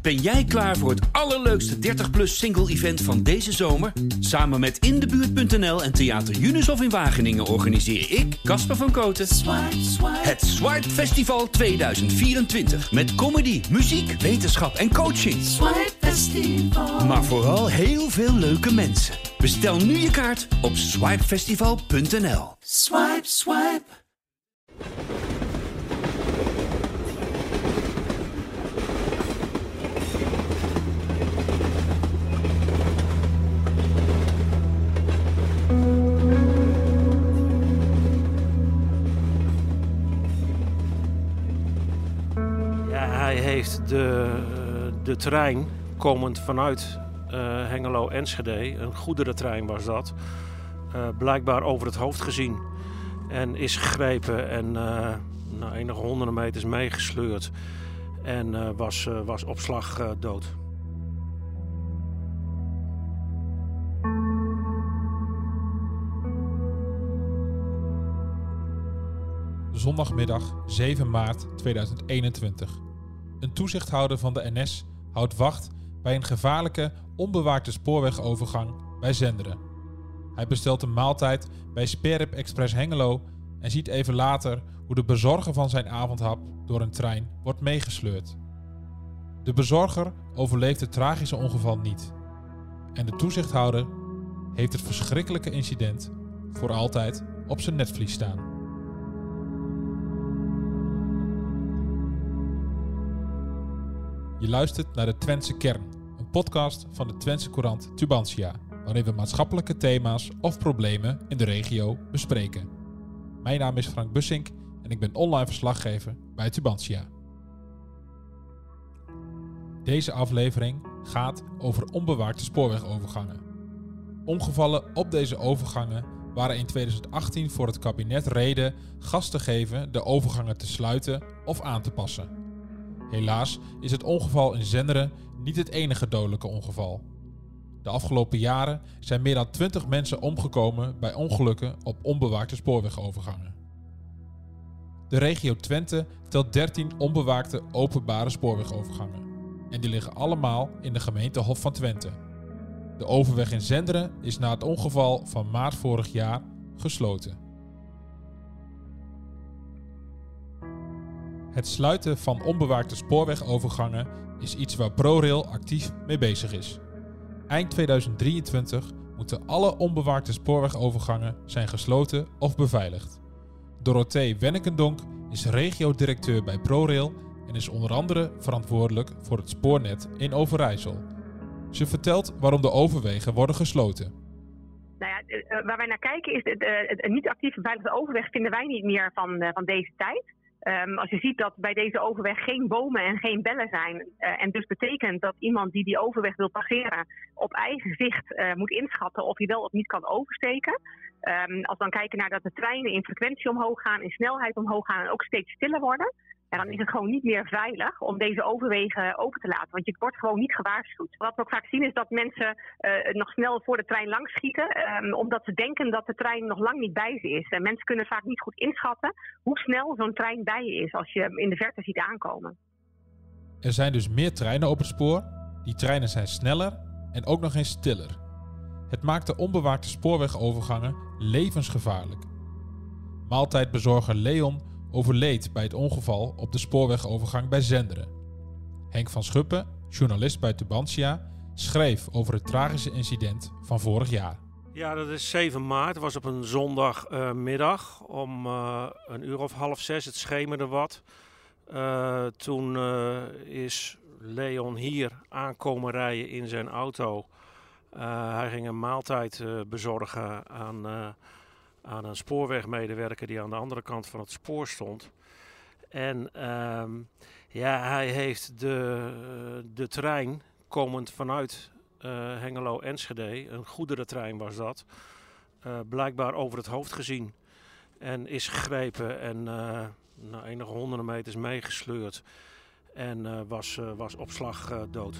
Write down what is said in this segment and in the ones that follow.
Ben jij klaar voor het allerleukste 30-plus single-event van deze zomer? Samen met Indebuurt.nl en Theater Junushof in Wageningen organiseer ik, Casper van Kooten, het Swipe Festival 2024. Met comedy, muziek, wetenschap en coaching. Swipe Festival. Maar vooral heel veel leuke mensen. Bestel nu je kaart op swipefestival.nl. Swipe, swipe. Hij heeft de trein komend vanuit Hengelo-Enschede, een goederentrein was dat, blijkbaar over het hoofd gezien. En is gegrepen en enige honderden meters meegesleurd en was op slag dood. Zondagmiddag 7 maart 2021. Een toezichthouder van de NS houdt wacht bij een gevaarlijke, onbewaakte spoorwegovergang bij Zenderen. Hij bestelt een maaltijd bij Sperrip Express Hengelo en ziet even later hoe de bezorger van zijn avondhap door een trein wordt meegesleurd. De bezorger overleeft het tragische ongeval niet. En de toezichthouder heeft het verschrikkelijke incident voor altijd op zijn netvlies staan. Je luistert naar de Twentse Kern, een podcast van de Twentse Courant Tubantia, waarin we maatschappelijke thema's of problemen in de regio bespreken. Mijn naam is Frank Bussink en ik ben online verslaggever bij Tubantia. Deze aflevering gaat over onbewaakte spoorwegovergangen. Ongevallen op deze overgangen waren in 2018 voor het kabinet reden gas te geven de overgangen te sluiten of aan te passen. Helaas is het ongeval in Zenderen niet het enige dodelijke ongeval. De afgelopen jaren zijn meer dan 20 mensen omgekomen bij ongelukken op onbewaakte spoorwegovergangen. De regio Twente telt 13 onbewaakte openbare spoorwegovergangen. En die liggen allemaal in de gemeente Hof van Twente. De overweg in Zenderen is na het ongeval van maart vorig jaar gesloten. Het sluiten van onbewaakte spoorwegovergangen is iets waar ProRail actief mee bezig is. Eind 2023 moeten alle onbewaakte spoorwegovergangen zijn gesloten of beveiligd. Dorothee Wennekendonk is regio-directeur bij ProRail en is onder andere verantwoordelijk voor het spoornet in Overijssel. Ze vertelt waarom de overwegen worden gesloten. Waar wij naar kijken is het niet actief beveiligde overweg vinden wij niet meer van deze tijd. Als je ziet dat bij deze overweg geen bomen en geen bellen zijn en dus betekent dat iemand die overweg wil passeren op eigen zicht moet inschatten of hij wel of niet kan oversteken. Als we dan kijken naar dat de treinen in frequentie omhoog gaan, in snelheid omhoog gaan en ook steeds stiller worden. En dan is het gewoon niet meer veilig om deze overwegen open te laten. Want je wordt gewoon niet gewaarschuwd. Wat we ook vaak zien is dat mensen nog snel voor de trein langs schieten. Omdat ze denken dat de trein nog lang niet bij ze is. En mensen kunnen vaak niet goed inschatten hoe snel zo'n trein bij je is als je hem in de verte ziet aankomen. Er zijn dus meer treinen op het spoor. Die treinen zijn sneller en ook nog eens stiller. Het maakt de onbewaakte spoorwegovergangen levensgevaarlijk. Maaltijdbezorger Leon overleed bij het ongeval op de spoorwegovergang bij Zenderen. Henk van Schuppen, journalist bij Tubantia, schreef over het tragische incident van vorig jaar. Ja, dat is 7 maart. Het was op een zondagmiddag om 5:30. Het schemerde wat. Toen is Leon hier aankomen rijden in zijn auto. Hij ging een maaltijd bezorgen aan een spoorwegmedewerker die aan de andere kant van het spoor stond. En hij heeft de trein komend vanuit Hengelo-Enschede, een goederentrein was dat, blijkbaar over het hoofd gezien. En is gegrepen en enige honderden meters meegesleurd en was op slag dood.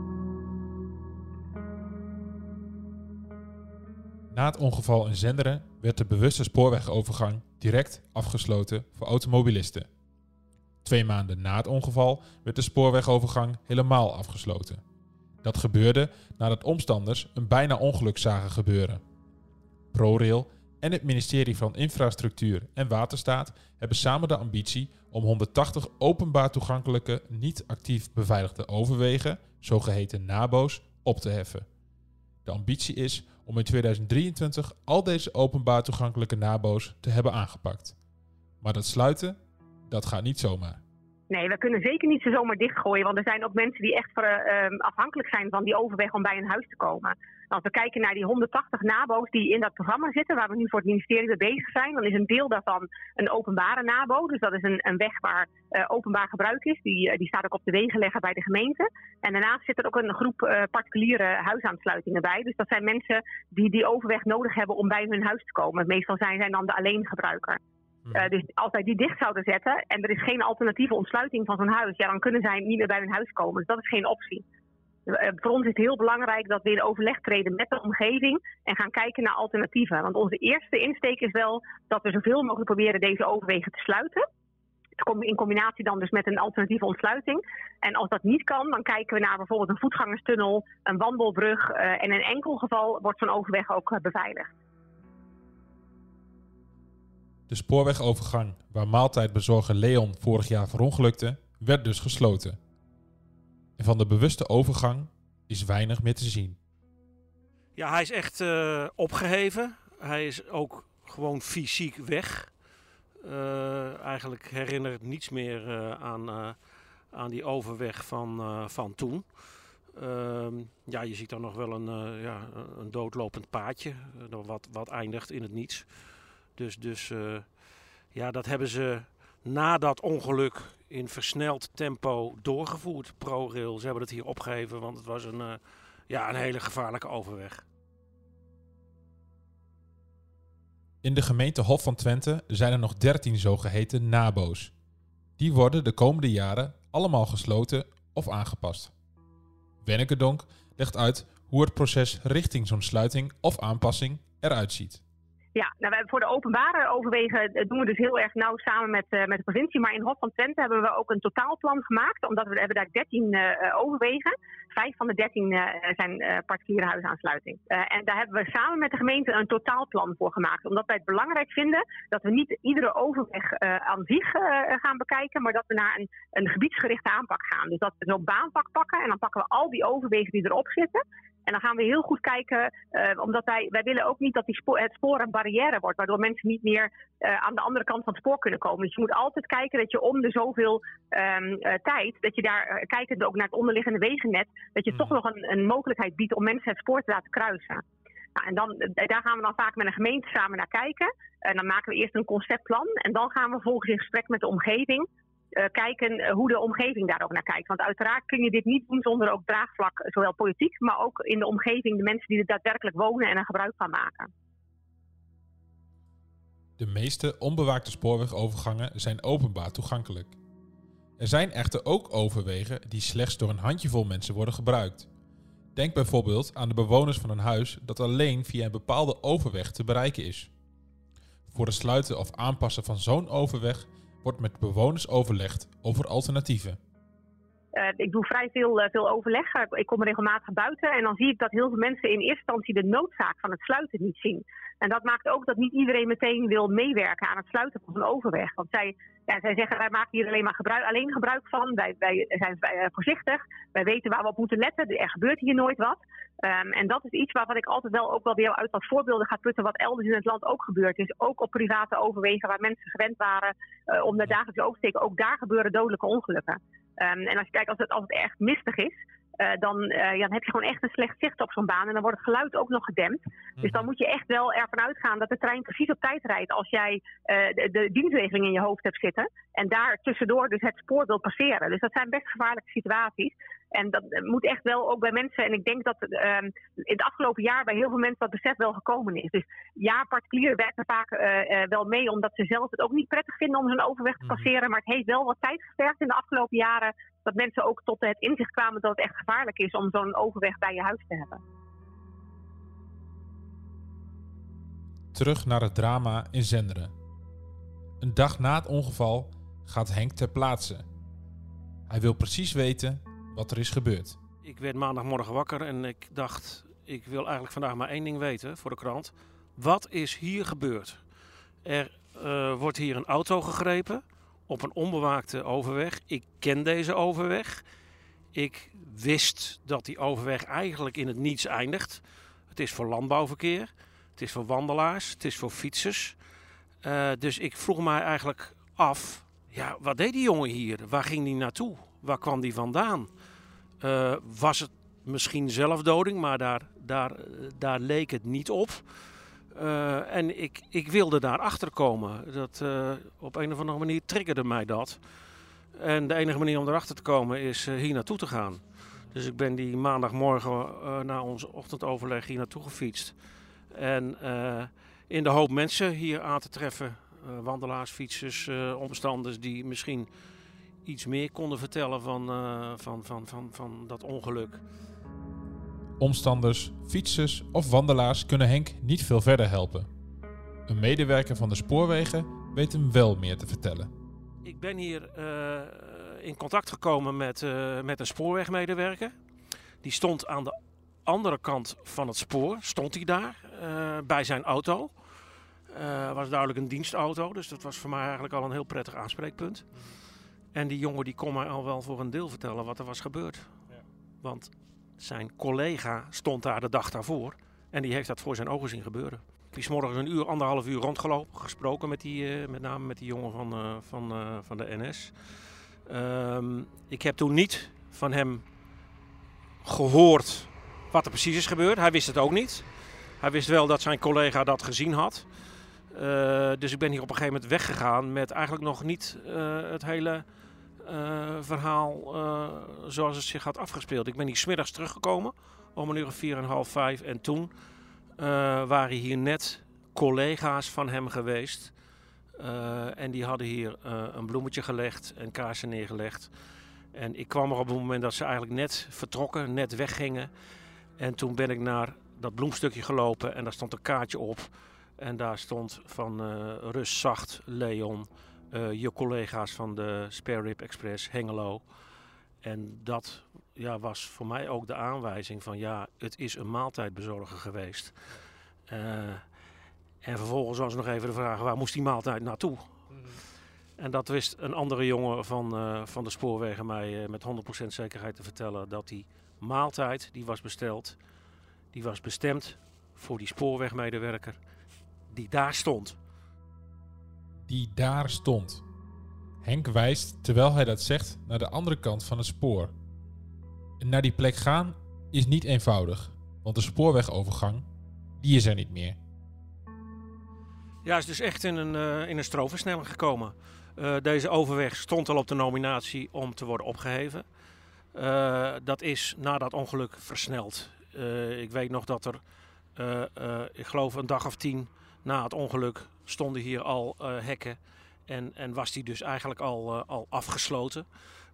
Na het ongeval in Zenderen werd de bewuste spoorwegovergang direct afgesloten voor automobilisten. 2 maanden na het ongeval werd de spoorwegovergang helemaal afgesloten. Dat gebeurde nadat omstanders een bijna ongeluk zagen gebeuren. ProRail en het ministerie van Infrastructuur en Waterstaat hebben samen de ambitie om 180 openbaar toegankelijke, niet actief beveiligde overwegen, zogeheten NABO's, op te heffen. De ambitie is om in 2023 al deze openbaar toegankelijke NABO's te hebben aangepakt. Maar dat sluiten, dat gaat niet zomaar. Nee, we kunnen zeker niet zo zomaar dichtgooien, want er zijn ook mensen die echt afhankelijk zijn van die overweg om bij een huis te komen. Als we kijken naar die 180 NABO's die in dat programma zitten, waar we nu voor het ministerie mee bezig zijn, dan is een deel daarvan een openbare NABO. Dus dat is een weg waar openbaar gebruik is. Die staat ook op de wegenlegger bij de gemeente. En daarnaast zit er ook een groep particuliere huisaansluitingen bij. Dus dat zijn mensen die overweg nodig hebben om bij hun huis te komen. Meestal zijn zij dan de alleengebruiker. Dus als wij die dicht zouden zetten en er is geen alternatieve ontsluiting van zo'n huis, ja, dan kunnen zij niet meer bij hun huis komen. Dus dat is geen optie. Voor ons is het heel belangrijk dat we in overleg treden met de omgeving en gaan kijken naar alternatieven. Want onze eerste insteek is wel dat we zoveel mogelijk proberen deze overwegen te sluiten. In combinatie dan dus met een alternatieve ontsluiting. En als dat niet kan, dan kijken we naar bijvoorbeeld een voetgangerstunnel, een wandelbrug en in enkel geval wordt zo'n overweg ook beveiligd. De spoorwegovergang waar maaltijdbezorger Leon vorig jaar verongelukte, werd dus gesloten. En van de bewuste overgang is weinig meer te zien. Ja, hij is echt opgeheven. Hij is ook gewoon fysiek weg. Eigenlijk herinnert niets meer aan die overweg van toen. Ja, je ziet dan nog wel een doodlopend paadje, wat eindigt in het niets. Dus dat hebben ze na dat ongeluk in versneld tempo doorgevoerd, ProRail. Ze hebben het hier opgeheven, want het was een hele gevaarlijke overweg. In de gemeente Hof van Twente zijn er nog 13 zogeheten NABO's. Die worden de komende jaren allemaal gesloten of aangepast. Wenneke Donk legt uit hoe het proces richting zo'n sluiting of aanpassing eruit ziet. Ja, voor de openbare overwegen doen we dus heel erg nauw samen met de provincie. Maar in Hof van Twente hebben we ook een totaalplan gemaakt. Omdat we hebben daar 13 overwegen. 5 van de 13 zijn particuliere huisaansluiting. En daar hebben we samen met de gemeente een totaalplan voor gemaakt. Omdat wij het belangrijk vinden dat we niet iedere overweg aan zich gaan bekijken. Maar dat we naar een gebiedsgerichte aanpak gaan. Dus dat we zo'n baanpak pakken en dan pakken we al die overwegen die erop zitten. En dan gaan we heel goed kijken, omdat wij willen ook niet dat het spoor een barrière wordt, waardoor mensen niet meer aan de andere kant van het spoor kunnen komen. Dus je moet altijd kijken dat je om de zoveel tijd, dat je daar, kijkend ook naar het onderliggende wegennet, dat je toch nog een mogelijkheid biedt om mensen het spoor te laten kruisen. Nou, en daar gaan we dan vaak met een gemeente samen naar kijken. En dan maken we eerst een conceptplan en dan gaan we vervolgens in gesprek met de omgeving. Kijken hoe de omgeving daar ook naar kijkt. Want uiteraard kun je dit niet doen zonder ook draagvlak, zowel politiek, maar ook in de omgeving de mensen die er daadwerkelijk wonen en er gebruik van maken. De meeste onbewaakte spoorwegovergangen zijn openbaar toegankelijk. Er zijn echter ook overwegen die slechts door een handjevol mensen worden gebruikt. Denk bijvoorbeeld aan de bewoners van een huis dat alleen via een bepaalde overweg te bereiken is. Voor het sluiten of aanpassen van zo'n overweg wordt met bewoners overlegd over alternatieven. Ik doe vrij veel overleg. Ik kom regelmatig buiten en dan zie ik dat heel veel mensen in eerste instantie de noodzaak van het sluiten niet zien. En dat maakt ook dat niet iedereen meteen wil meewerken aan het sluiten van een overweg. Want zij zeggen, wij maken hier alleen gebruik van. Wij zijn voorzichtig. Wij weten waar we op moeten letten. Er gebeurt hier nooit wat. En dat is iets waarvan ik altijd ook wel weer uit wat voorbeelden ga putten wat elders in het land ook gebeurd is. Ook op private overwegen waar mensen gewend waren om de dagelijks over te steken. Ook daar gebeuren dodelijke ongelukken. En als je kijkt, als het echt mistig is, dan heb je gewoon echt een slecht zicht op zo'n baan. En dan wordt het geluid ook nog gedempt. Dus dan moet je echt wel ervan uitgaan dat de trein precies op tijd rijdt als jij de dienstregeling in je hoofd hebt zitten. En daar tussendoor dus het spoor wil passeren. Dus dat zijn best gevaarlijke situaties. En dat moet echt wel ook bij mensen. En ik denk dat in het afgelopen jaar bij heel veel mensen dat besef wel gekomen is. Dus ja, particulieren werken vaak wel mee, omdat ze zelf het ook niet prettig vinden om zo'n overweg te passeren. Maar het heeft wel wat tijd gevergd in de afgelopen jaren dat mensen ook tot het inzicht kwamen dat het echt gevaarlijk is om zo'n overweg bij je huis te hebben. Terug naar het drama in Zenderen. Een dag na het ongeval gaat Henk ter plaatse. Hij wil precies weten wat er is gebeurd. Ik werd maandagmorgen wakker en ik dacht, ik wil eigenlijk vandaag maar één ding weten voor de krant. Wat is hier gebeurd? Er wordt hier een auto gegrepen op een onbewaakte overweg. Ik ken deze overweg. Ik wist dat die overweg eigenlijk in het niets eindigt. Het is voor landbouwverkeer, het is voor wandelaars, het is voor fietsers. Dus ik vroeg mij eigenlijk af, ja, wat deed die jongen hier? Waar ging die naartoe? Waar kwam die vandaan? Was het misschien zelfdoding, maar daar leek het niet op. En ik wilde daar achter komen. Dat, op een of andere manier triggerde mij dat. En de enige manier om erachter te komen is hier naartoe te gaan. Dus ik ben die maandagmorgen na ons ochtendoverleg hier naartoe gefietst. En in de hoop mensen hier aan te treffen. Wandelaars, fietsers, omstanders die misschien iets meer konden vertellen van dat ongeluk. Omstanders, fietsers of wandelaars kunnen Henk niet veel verder helpen. Een medewerker van de spoorwegen weet hem wel meer te vertellen. Ik ben hier in contact gekomen met een spoorwegmedewerker. Die stond aan de andere kant van het spoor, stond hij daar bij zijn auto. Was duidelijk een dienstauto, dus dat was voor mij eigenlijk al een heel prettig aanspreekpunt. En die jongen die kon mij al wel voor een deel vertellen wat er was gebeurd. Ja. Want zijn collega stond daar de dag daarvoor en die heeft dat voor zijn ogen zien gebeuren. Die is morgens een uur, 1,5 uur rondgelopen, gesproken met name met die jongen van de NS. Ik heb toen niet van hem gehoord wat er precies is gebeurd. Hij wist het ook niet. Hij wist wel dat zijn collega dat gezien had. Dus ik ben hier op een gegeven moment weggegaan met eigenlijk nog niet het hele verhaal zoals het zich had afgespeeld. Ik ben hier 's middags teruggekomen om 4:30, 5 en toen waren hier net collega's van hem geweest. En die hadden hier een bloemetje gelegd en kaarsen neergelegd. En ik kwam er op het moment dat ze eigenlijk net vertrokken, net weggingen. En toen ben ik naar dat bloemstukje gelopen en daar stond een kaartje op. En daar stond van rust zacht, Leon, je collega's van de Spare Rib Express, Hengelo. En dat was voor mij ook de aanwijzing van het is een maaltijdbezorger geweest. En vervolgens was nog even de vraag, waar moest die maaltijd naartoe? Mm-hmm. En dat wist een andere jongen van de spoorwegen mij met 100% zekerheid te vertellen. Dat die maaltijd die was besteld, die was bestemd voor die spoorwegmedewerker die daar stond. Die daar stond. Henk wijst, terwijl hij dat zegt, naar de andere kant van het spoor. En naar die plek gaan is niet eenvoudig, want de spoorwegovergang, die is er niet meer. Ja, hij is dus echt in een stroomversnelling gekomen. Deze overweg stond al op de nominatie om te worden opgeheven. Dat is na dat ongeluk versneld. Ik weet nog dat er, ik geloof een dag of 10 na het ongeluk stonden hier al hekken. En was die dus eigenlijk al afgesloten.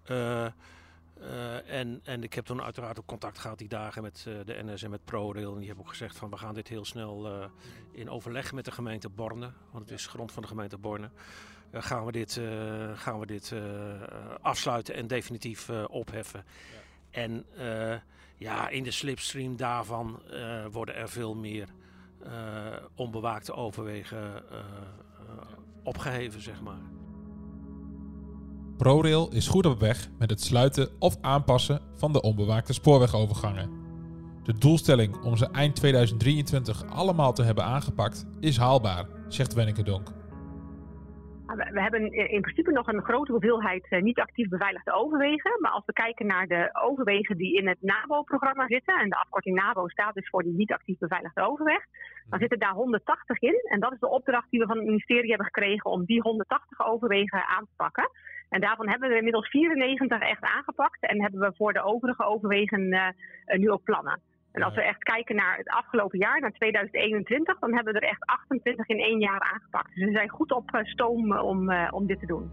En ik heb toen uiteraard ook contact gehad die dagen met de NS en met ProRail. En die hebben ook gezegd van we gaan dit heel snel in overleg met de gemeente Borne. Want het is grond van de gemeente Borne. Gaan we dit afsluiten en definitief opheffen. Ja. En in de slipstream daarvan worden er veel meer onbewaakte overwegen opgeheven, zeg maar. ProRail is goed op weg met het sluiten of aanpassen van de onbewaakte spoorwegovergangen. De doelstelling om ze eind 2023 allemaal te hebben aangepakt is haalbaar, zegt Wenneke Donk. We hebben in principe nog een grote hoeveelheid niet actief beveiligde overwegen. Maar als we kijken naar de overwegen die in het NABO-programma zitten, en de afkorting NABO staat dus voor die niet actief beveiligde overweg, dan zitten daar 180 in. En dat is de opdracht die we van het ministerie hebben gekregen om die 180 overwegen aan te pakken. En daarvan hebben we inmiddels 94 echt aangepakt en hebben we voor de overige overwegen nu ook plannen. En als we echt kijken naar het afgelopen jaar, naar 2021, dan hebben we er echt 28 in 1 jaar aangepakt. Dus we zijn goed op stoom om dit te doen.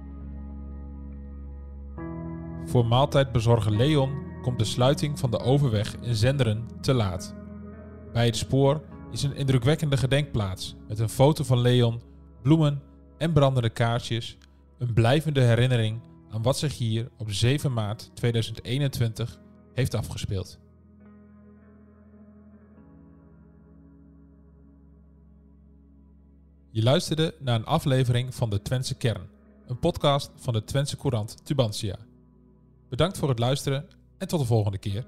Voor maaltijdbezorger Leon komt de sluiting van de overweg in Zenderen te laat. Bij het spoor is een indrukwekkende gedenkplaats met een foto van Leon, bloemen en brandende kaarsjes Een blijvende herinnering aan wat zich hier op 7 maart 2021 heeft afgespeeld. Je luisterde naar een aflevering van de Twentse Kern, een podcast van de Twentse Courant Tubantia. Bedankt voor het luisteren en tot de volgende keer.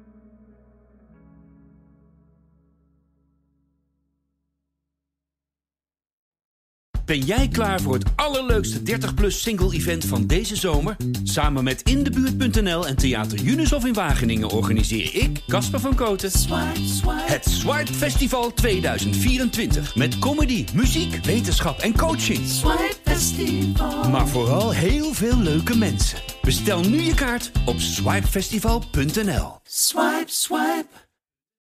Ben jij klaar voor het allerleukste 30-plus single-event van deze zomer? Samen met Indebuurt.nl en Theater Junushof in Wageningen organiseer ik, Casper van Kooten, het Swipe Festival 2024. Met comedy, muziek, wetenschap en coaching. Swipe Festival. Maar vooral heel veel leuke mensen. Bestel nu je kaart op swipefestival.nl. Swipe, swipe.